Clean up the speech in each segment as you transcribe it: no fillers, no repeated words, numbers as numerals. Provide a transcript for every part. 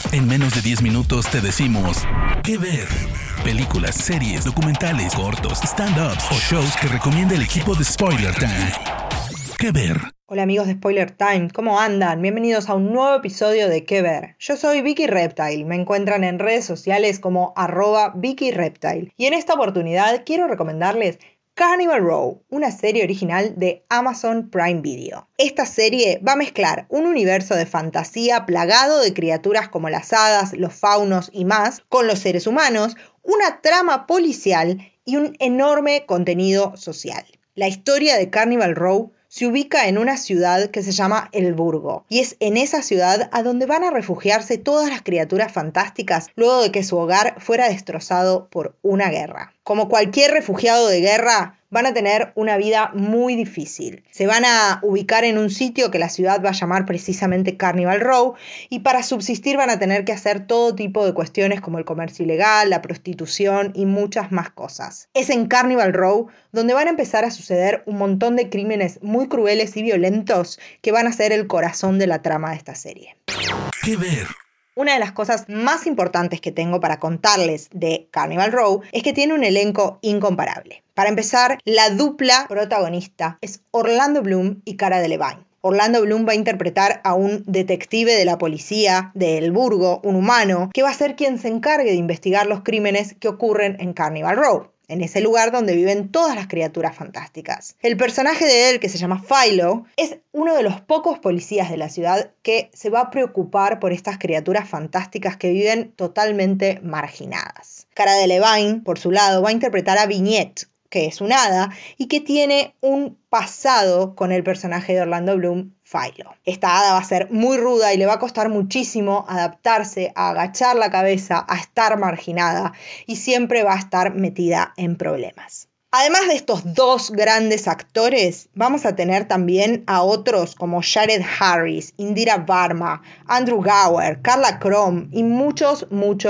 En menos de 10 minutos te decimos qué ver. Películas, series, documentales, cortos, stand-ups o shows que recomienda el equipo de Spoiler Time. ¿Qué ver? Hola amigos de Spoiler Time, ¿cómo andan? Bienvenidos a un nuevo episodio de ¿Qué ver? Yo soy Vicky Reptile, me encuentran en redes sociales como @VickyReptile y en esta oportunidad quiero recomendarles Carnival Row, una serie original de Amazon Prime Video. Esta serie va a mezclar un universo de fantasía plagado de criaturas como las hadas, los faunos y más, con los seres humanos, una trama policial y un enorme contenido social. La historia de Carnival Row se ubica en una ciudad que se llama El Burgo, y es en esa ciudad a donde van a refugiarse todas las criaturas fantásticas luego de que su hogar fuera destrozado por una guerra. Como cualquier refugiado de guerra, van a tener una vida muy difícil. Se van a ubicar en un sitio que la ciudad va a llamar precisamente Carnival Row, y para subsistir van a tener que hacer todo tipo de cuestiones como el comercio ilegal, la prostitución y muchas más cosas. Es en Carnival Row donde van a empezar a suceder un montón de crímenes muy crueles y violentos que van a ser el corazón de la trama de esta serie. ¿Qué ver? Una de las cosas más importantes que tengo para contarles de Carnival Row es que tiene un elenco incomparable. Para empezar, la dupla protagonista es Orlando Bloom y Cara Delevingne. Orlando Bloom va a interpretar a un detective de la policía de El Burgo, un humano, que va a ser quien se encargue de investigar los crímenes que ocurren en Carnival Row, en ese lugar donde viven todas las criaturas fantásticas. El personaje de él, que se llama Philo, es uno de los pocos policías de la ciudad que se va a preocupar por estas criaturas fantásticas que viven totalmente marginadas. Cara Delevingne, por su lado, va a interpretar a Vignette, que es una hada y que tiene un pasado con el personaje de Orlando Bloom, Philo. Esta hada va a ser muy ruda y le va a costar muchísimo adaptarse a agachar la cabeza, a estar marginada y siempre va a estar metida en problemas. Además de estos dos grandes actores, vamos a tener también a otros como Jared Harris, Indira Varma, Andrew Gower, Carla Crom y muchos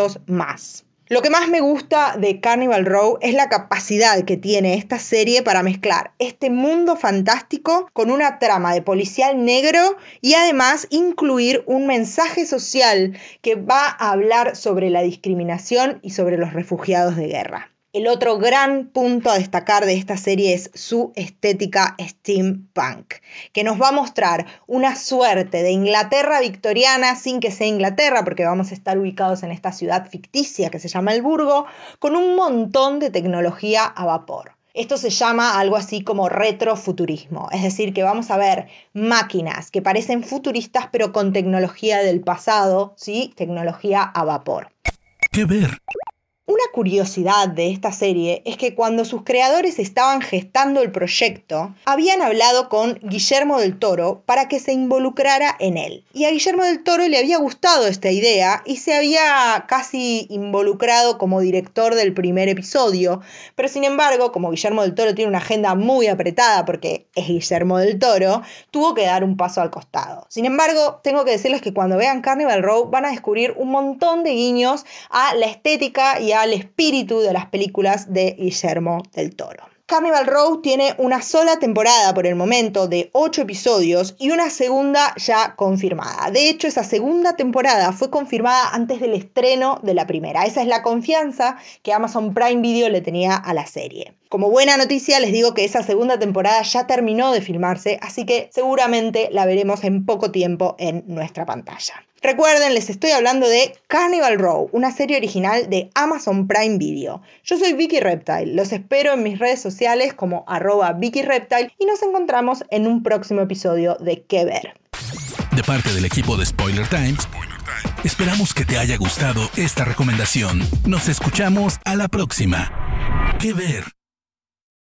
más. Lo que más me gusta de Carnival Row es la capacidad que tiene esta serie para mezclar este mundo fantástico con una trama de policial negro y además incluir un mensaje social que va a hablar sobre la discriminación y sobre los refugiados de guerra. El otro gran punto a destacar de esta serie es su estética steampunk, que nos va a mostrar una suerte de Inglaterra victoriana sin que sea Inglaterra, porque vamos a estar ubicados en esta ciudad ficticia que se llama El Burgo, con un montón de tecnología a vapor. Esto se llama algo así como retrofuturismo, es decir, que vamos a ver máquinas que parecen futuristas pero con tecnología del pasado, ¿sí? Tecnología a vapor. ¿Qué ver? Una curiosidad de esta serie es que cuando sus creadores estaban gestando el proyecto, habían hablado con Guillermo del Toro para que se involucrara en él. Y a Guillermo del Toro le había gustado esta idea y se había casi involucrado como director del primer episodio, pero sin embargo, como Guillermo del Toro tiene una agenda muy apretada porque es Guillermo del Toro, tuvo que dar un paso al costado. Sin embargo, tengo que decirles que cuando vean Carnival Row van a descubrir un montón de guiños a la estética y al espíritu de las películas de Guillermo del Toro. Carnival Row tiene una sola temporada por el momento de 8 episodios y una segunda ya confirmada. De hecho, esa segunda temporada fue confirmada antes del estreno de la primera. Esa es la confianza que Amazon Prime Video le tenía a la serie. Como buena noticia les digo que esa segunda temporada ya terminó de filmarse, así que seguramente la veremos en poco tiempo en nuestra pantalla. Recuerden, les estoy hablando de Carnival Row, una serie original de Amazon Prime Video. Yo soy Vicky Reptile, los espero en mis redes sociales como @VickyReptile y nos encontramos en un próximo episodio de ¿Qué ver? De parte del equipo de Spoiler Time, esperamos que te haya gustado esta recomendación. Nos escuchamos a la próxima. ¿Qué ver?